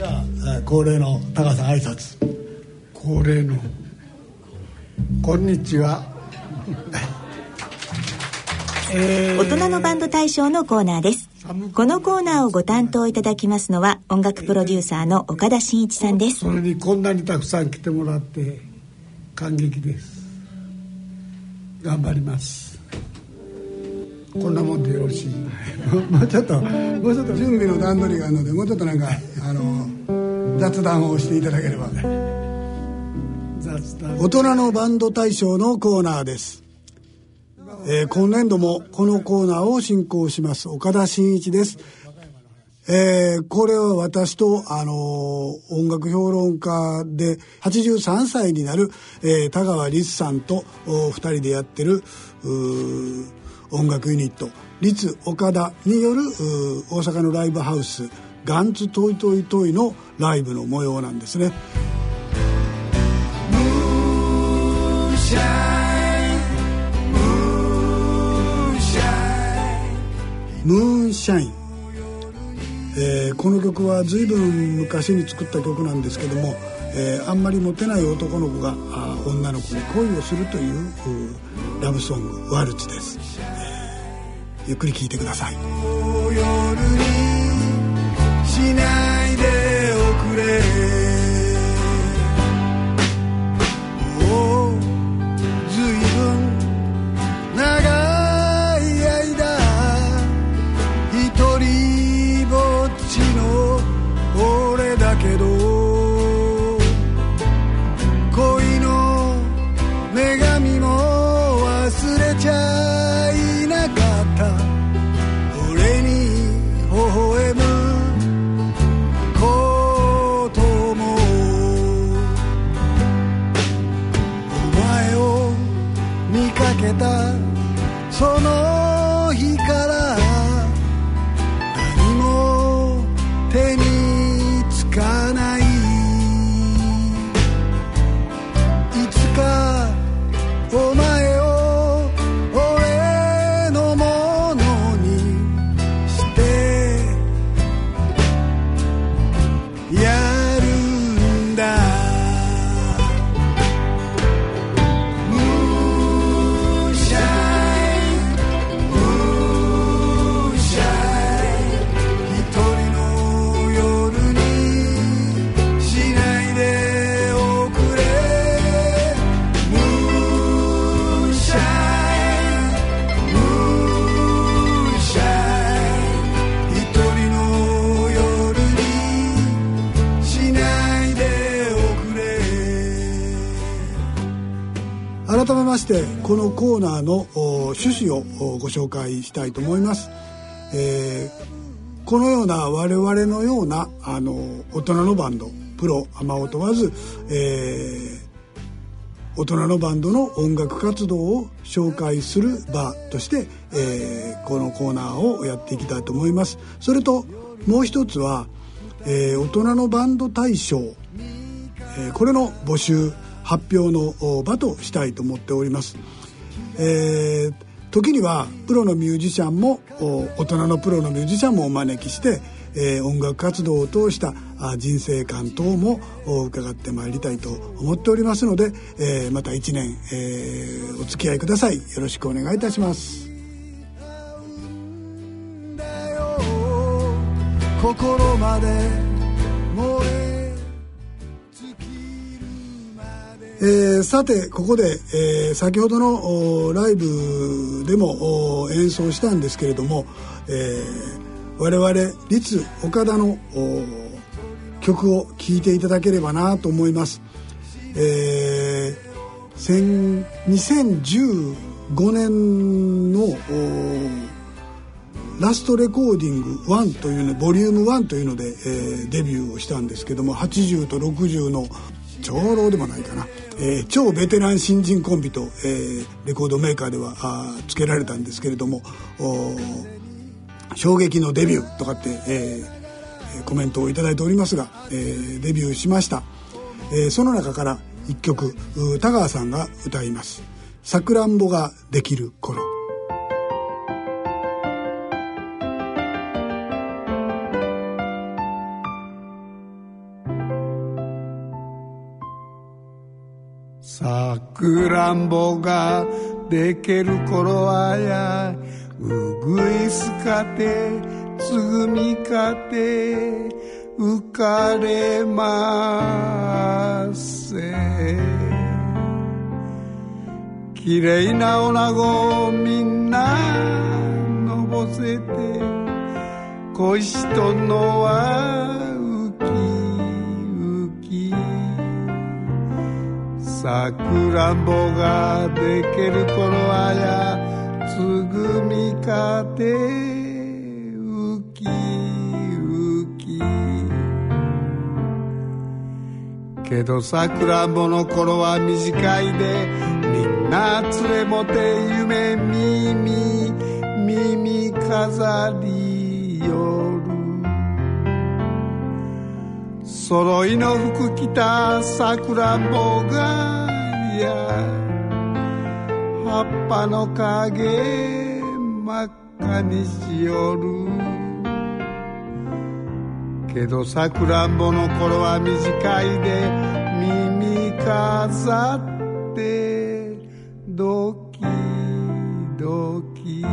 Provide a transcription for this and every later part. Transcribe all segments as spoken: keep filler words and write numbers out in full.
じゃあ恒例の高さん挨拶。 恒例のこんにちはえー、大人のバンド大賞のコーナーです。このコーナーをご担当いただきますのは音楽プロデューサーの岡田真一さんです。 それにこんなにたくさん来てもらって感激です。頑張ります。こんなもんでよろしいもうちょっともうちょっと準備の段取りがあるので、もうちょっとなんかあの雑談をしていただければ。雑談。大人のバンド大賞のコーナーです。えー、今年度もこのコーナーを進行します岡田真一です。えー、これは私と、あのー、音楽評論家ではちじゅうさんさいになる、えー、田川律さんとふたりでやってる音楽ユニット律岡田による大阪のライブハウスガンツトイトイトイのライブの模様なんですね。ムーンシャインムーンシャインムーンシャイン、えー、この曲は随分昔に作った曲なんですけども、えー、あんまりモテない男の子が女の子に恋をするというラブソングワルツです。えー、ゆっくり聴いてください。夜にしないでおくれ、もう随分長い間一人ぼっちの俺だけど、恋の女神も忘れちゃいなかった。俺に微笑むことも、お前を見かけたその日から何も手につかない。いつかお前を俺のものにしてやるんだ。ムーンシャインムーンシャイン、一人の夜にしないでおくれ。ムーンシャインムーンシャイン、一人の夜にしないでおくれ。改めましてこのコーナーのお趣旨をおご紹介したいと思います。えーこのような我々のようなあの大人のバンド、プロアマを問わず、えー大人のバンドの音楽活動を紹介する場として、えーこのコーナーをやっていきたいと思います。それともう一つは、えー大人のバンド大賞、えーこれの募集発表のお場としたいと思っております。えー時にはプロのミュージシャンもお大人のプロのミュージシャンもお招きして、えー音楽活動を通したあ人生観等もお伺ってまいりたいと思っておりますので、えーまた一年、えーお付き合いください。よろしくお願いいたします。心まで燃え尽きるまで。えー、さてここで、えー、先ほどのライブでも演奏したんですけれども、えー、我々律岡田の曲を聴いていただければなと思います。えー、にせんじゅうごねんのラストレコーディングワンというのボリュームワンというので、えー、デビューをしたんですけども、はちじゅうとろくじゅうの長老でもないかな、えー、超ベテラン新人コンビと、えー、レコードメーカーではあつけられたんですけれども、衝撃のデビューとかって、えー、コメントをいただいておりますが、えー、デビューしました。えー、その中から一曲田川さんが歌います。さくらんぼができる頃。 さくらんぼがでける頃はやうぐいすかてつぐみかて浮かれませきれいな女子みんなのぼせて恋しとんのはウキウキさくらんぼがでける頃はやつぐみかてウキウキけどさくらんぼの頃は短いでみんな連れもて夢耳耳飾りよる揃いの服着たさくらんぼがや葉っぱの影真っ赤にしよるけどさくらんぼの頃は短いで耳飾ってドキドキ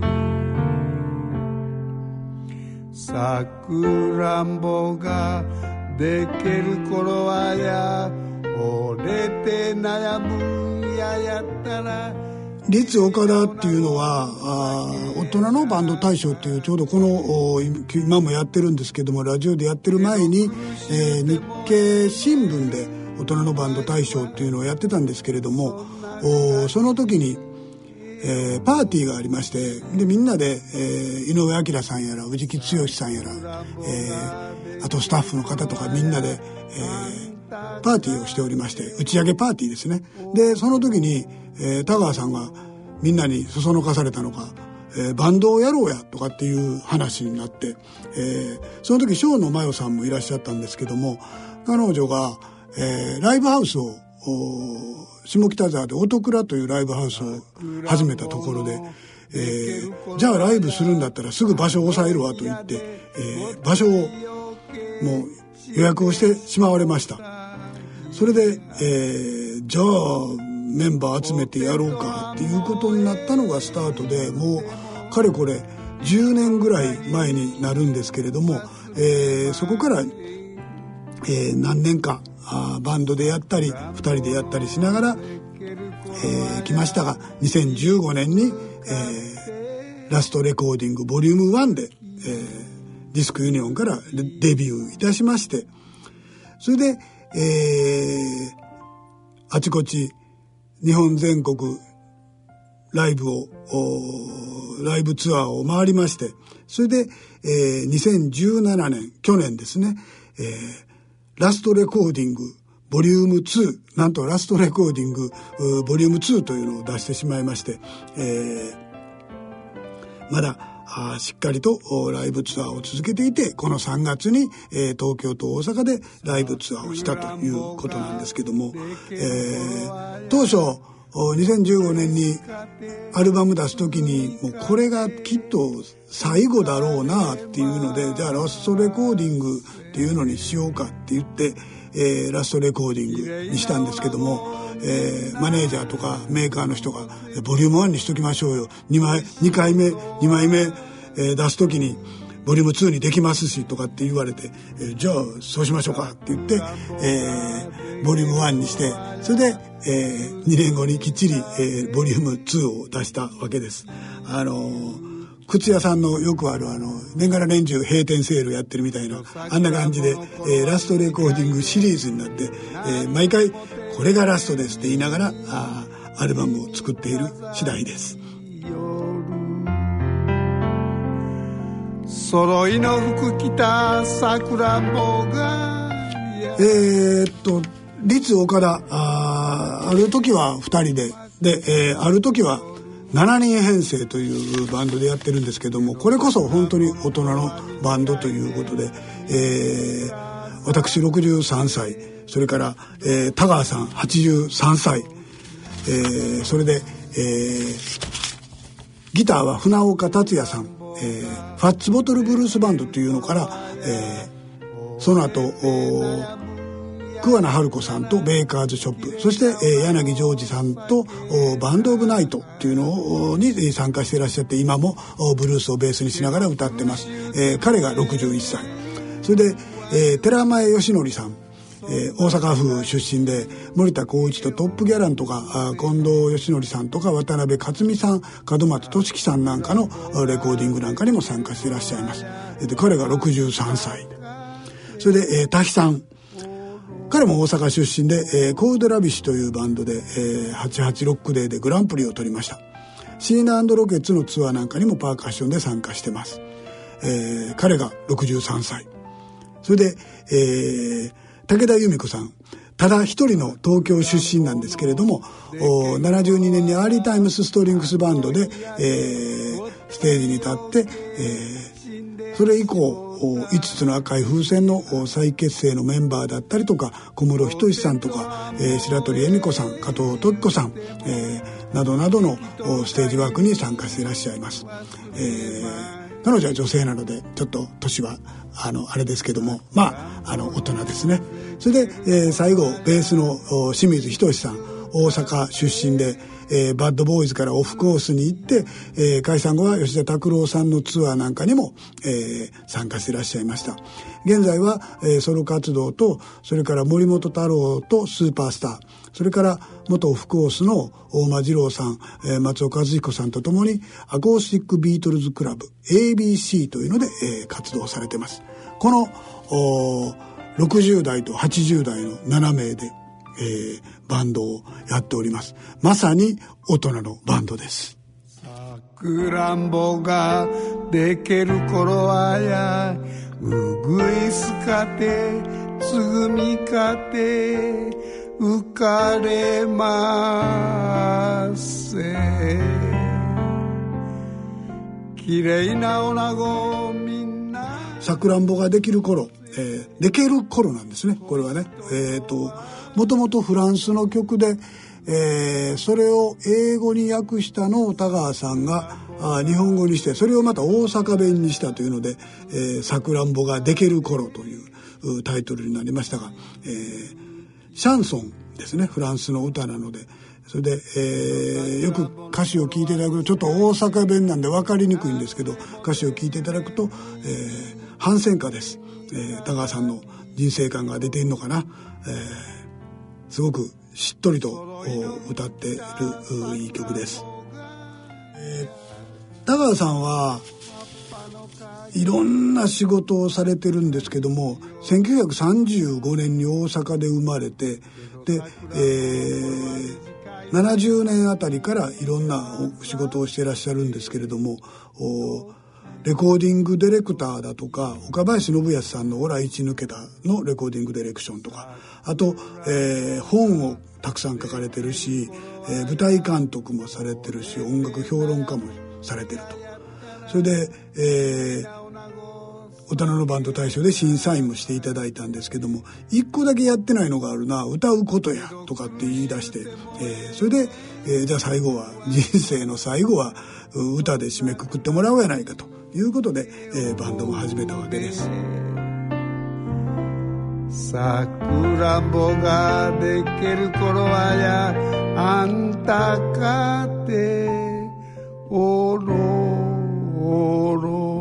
さくらんぼがでける頃はや折れて悩むややったら立岡田っていうのはあ大人のバンド大賞っていうちょうどこの今もやってるんですけどもラジオでやってる前に、えー、日経新聞で大人のバンド大賞っていうのをやってたんですけれどもその時に、えー、パーティーがありましてでみんなで、えー、井上彰さんやら藤木剛さんやら、えー、あとスタッフの方とかみんなで、えー、パーティーをしておりまして打ち上げパーティーですね。でその時に、えー、田川さんがみんなにそそのかされたのか、えー、バンドをやろうやとかっていう話になって、えー、その時庄野真代さんもいらっしゃったんですけども彼女が、えー、ライブハウスを下北沢で音倉というライブハウスを始めたところで、えー、じゃあライブするんだったらすぐ場所を押さえるわと言って、えー、場所をもう予約をしてしまわれました。それで、えー、じゃあメンバー集めてやろうかっていうことになったのがスタートでもうかれこれじゅうねんぐらい前になるんですけれども、えー、そこから、えー、何年かあバンドでやったりふたりでやったりしながら、えー、来ましたがにせんじゅうごねんに、えー、ラストレコーディングボリュームワンで、えー、ディスクユニオンからデビューいたしましてそれで、えー、あちこち日本全国ライブをライブツアーを回りましてそれで、えー、にせんじゅうななねん去年ですね、えーラストレコーディングボリュームツーなんとラストレコーディングボリュームツーというのを出してしまいまして、えー、まだあしっかりとライブツアーを続けていてこのさんがつに、えー、東京と大阪でライブツアーをしたということなんですけども、えー、当初にせんじゅうごねんにアルバム出す時にもうこれがきっと最後だろうなっていうのでじゃあラストレコーディングっていうのにしようかって言って、えー、ラストレコーディングにしたんですけども、えー、マネージャーとかメーカーの人がボリュームワンにしときましょうよにまいにかいめにまいめ、えー、出す時にボリュームツーにできますしとかって言われて、えー、じゃあそうしましょうかって言って、えー、ボリュームワンにしてそれで、えー、にねんごにきっちり、えー、ボリュームツーを出したわけです。あのー靴屋さんのよくあるあの年がら年中閉店セールやってるみたいなあんな感じで、えー、ラストレコーディングシリーズになって、えー、毎回これがラストですって言いながらあアルバムを作っている次第です。 揃いの服着たさくらんぼがえー、っと立岡田 あ, ある時はふたりでで、えー、ある時はしちにん編成というバンドでやってるんですけどもこれこそ本当に大人のバンドということで、えー、私ろくじゅうさんさいそれから、えー、田川さんはちじゅうさんさい、えー、それで、えー、ギターは船岡達也さん、えー、ファッツボトルブルースバンドというのから、えー、その後桑名春子さんとベーカーズショップ、そして、えー、柳ジョージさんとバンドオブナイトっていうのに参加していらっしゃって、今もブルースをベースにしながら歌ってます。えー、彼がろくじゅういっさい。それで、えー、寺前義則さん、えー、大阪府出身で、森田光一とトップギャランとか近藤義則さんとか渡辺克美さん、門松俊樹さんなんかのレコーディングなんかにも参加していらっしゃいます。で彼がろくじゅうさんさいで、それで、えー、滝さん、彼も大阪出身で、えー、コールドラビッシュというバンドで、えー、はちじゅうはちロックデーでグランプリを取りました。シーナ&ロケッツのツアーなんかにもパーカッションで参加してます。えー、彼がろくじゅうさんさい。それで、えー、武田由美子さん、ただ一人の東京出身なんですけれども、ななじゅうにねんにアーリータイムスストリングスバンドで、えー、ステージに立って、えー、それ以降いつつの赤い風船の再結成のメンバーだったりとか、小室仁さんとか、えー、白鳥恵美子さん、加藤時子さん、えー、などなどのステージワークに参加していらっしゃいます。えー、彼女は女性なのでちょっと年はあのあれですけども、まああの大人ですね。それで、えー、最後ベースの清水仁さん、大阪出身で、えー、バッドボーイズからオフコースに行って、えー、解散後は吉田拓郎さんのツアーなんかにも、えー、参加していらっしゃいました。現在は、えー、ソロ活動と、それから森本太郎とスーパースター、それから元オフコースの大間二郎さん、えー、松岡和彦さんとともにアコースティックビートルズクラブ エービーシー というので、えー、活動されてます。このろくじゅうだいとはちじゅうだいのななめいで、えー、バンドをやっております。まさに大人のバンドです。 さくらんぼがでける頃はや、うぐいすかてつぐみかて浮かれませ、きれいな女子みんな。 さくらんぼができる頃、えー、でける頃なんですね。これはね、えーともともとフランスの曲で、えー、それを英語に訳したのを田川さんがあ日本語にして、それをまた大阪弁にしたというので、えー、さくらんぼがでける頃というタイトルになりましたが、えー、シャンソンですね、フランスの歌なので。それで、えー、よく歌詞を聴いていただくと、ちょっと大阪弁なんで分かりにくいんですけど、歌詞を聴いていただくと、えー、反戦歌です。えー、田川さんの人生観が出ているのかな、えーすごくしっとりと歌っているいい曲です。えー、田川さんはいろんな仕事をされてるんですけども、せんきゅうひゃくさんじゅうごねんに大阪で生まれて、で、えー、ななじゅうねんあたりからいろんな仕事をしていらっしゃるんですけれども、レコーディングディレクターだとか、岡林信康さんのオラ一抜けたのレコーディングディレクションとか、あと、えー、本をたくさん書かれてるし、えー、舞台監督もされてるし、音楽評論家もされてると。それで、えー、大人のバンド大賞で審査員もしていただいたんですけども、一個だけやってないのがあるな、歌うことやとかって言い出して、えー、それで、えー、じゃあ最後は人生の最後は歌で締めくくってもらおうやないかということで、えー、バンドも始めたわけです。 さくらんぼがでける頃はや、あんたかておろおろ。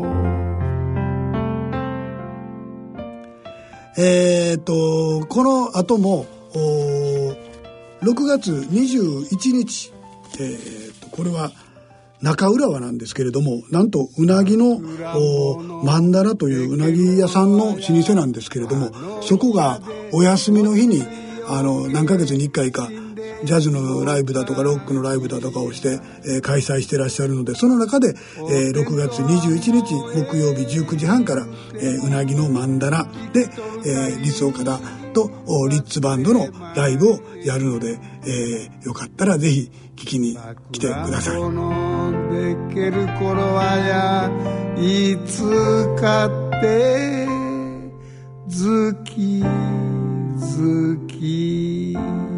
えー、とこの後もろくがつにじゅういちにち、えー、とこれは中浦和なんですけれども、なんとうなぎの曼荼羅といううなぎ屋さんの老舗なんですけれども、そこがお休みの日にあの何ヶ月にいっかいかジャズのライブだとかロックのライブだとかをして、えー、開催してらっしゃるので、その中で、えー、ろくがつにじゅういちにち木曜日じゅうくじはんから、えー、うなぎの曼荼羅で、えー、リツオカダとリッツバンドのライブをやるので、えー、よかったらぜひ聞きに来てください。 でける頃はや、いつかって月々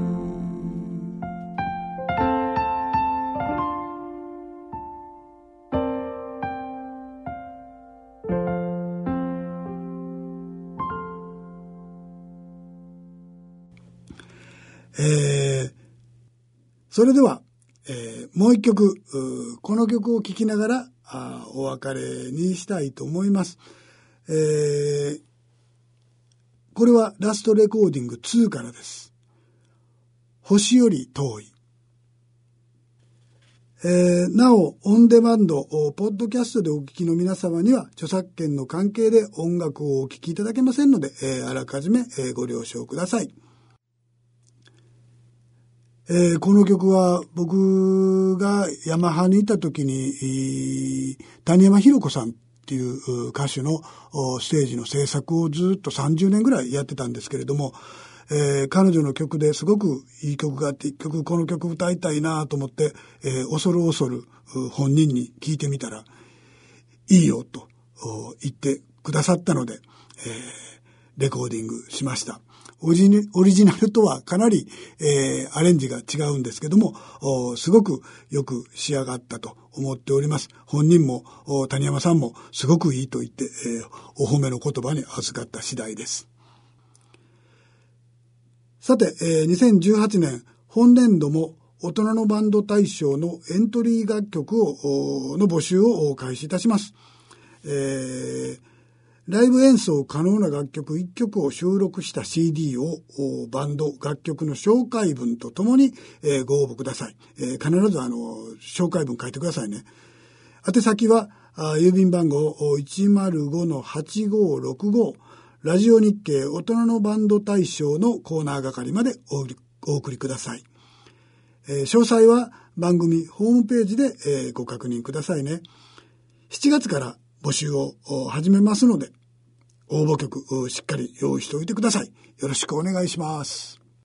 えー、それでは、えー、もう一曲、この曲を聴きながらあお別れにしたいと思います。えー、これはラストレコーディングツーからです。星より遠い。えー、なお、オンデマンド、ポッドキャストでお聞きの皆様には、著作権の関係で音楽をお聞きいただけませんので、えー、あらかじめ、えー、ご了承ください。えー、この曲は僕がヤマハにいた時に、谷山ひろ子さんっていう歌手のステージの制作をずっとさんじゅうねんぐらいやってたんですけれども、えー、彼女の曲ですごくいい曲があって、一曲この曲歌いたいなと思って、えー、恐る恐る本人に聞いてみたら、いいよと言ってくださったので、えー、レコーディングしました。オリジナ、オリジナルとはかなり、えー、アレンジが違うんですけども、すごくよく仕上がったと思っております。本人も谷山さんもすごくいいと言って、えー、お褒めの言葉に預かった次第です。さて、えー、にせんじゅうはちねん本年度も大人のバンド大賞のエントリー楽曲をの募集を開始いたします。えー、ライブ演奏可能な楽曲いっきょくを収録した シーディー をバンド楽曲の紹介文とともに、えー、ご応募ください。えー、必ずあの紹介文書いてくださいね。宛先は郵便番号 いちまるごのはちごろくごラジオ日経大人のバンド大賞のコーナー係までお送りください。えー、詳細は番組ホームページで、えー、ご確認くださいね。しちがつから募集を始めますので、応募曲しっかり用意しておいてください。よろしくお願いします。